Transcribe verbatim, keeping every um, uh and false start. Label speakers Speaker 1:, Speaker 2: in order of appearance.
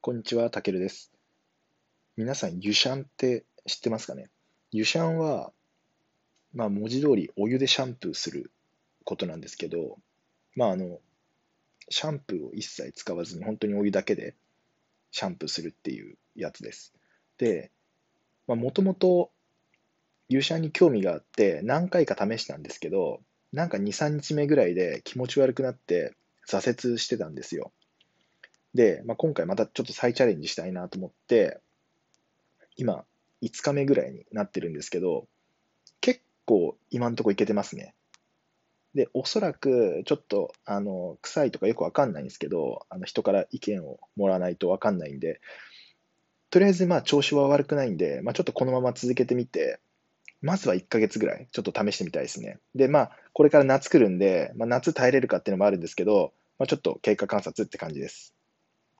Speaker 1: こんにちは、たけるです。皆さん、湯シャンって知ってますかね？湯シャンは、まあ、文字通りお湯でシャンプーすることなんですけど、まあ、あの、シャンプーを一切使わずに、本当にお湯だけでシャンプーするっていうやつです。で、まあ、もともと湯シャンに興味があって、何回か試したんですけど、なんかに、さんにちめぐらいで気持ち悪くなって挫折してたんですよ。で、まあ、今回またちょっと再チャレンジしたいなと思って、今、いつかめぐらいになってるんですけど、結構今んとこいけてますね。で、おそらくちょっとあの臭いとかよくわかんないんですけど、あの人から意見をもらわないとわかんないんで、とりあえずまあ調子は悪くないんで、まあ、ちょっとこのまま続けてみて、まずはいっかげつぐらいちょっと試してみたいですね。で、まあこれから夏来るんで、まあ、夏耐えれるかっていうのもあるんですけど、まあ、ちょっと経過観察って感じです。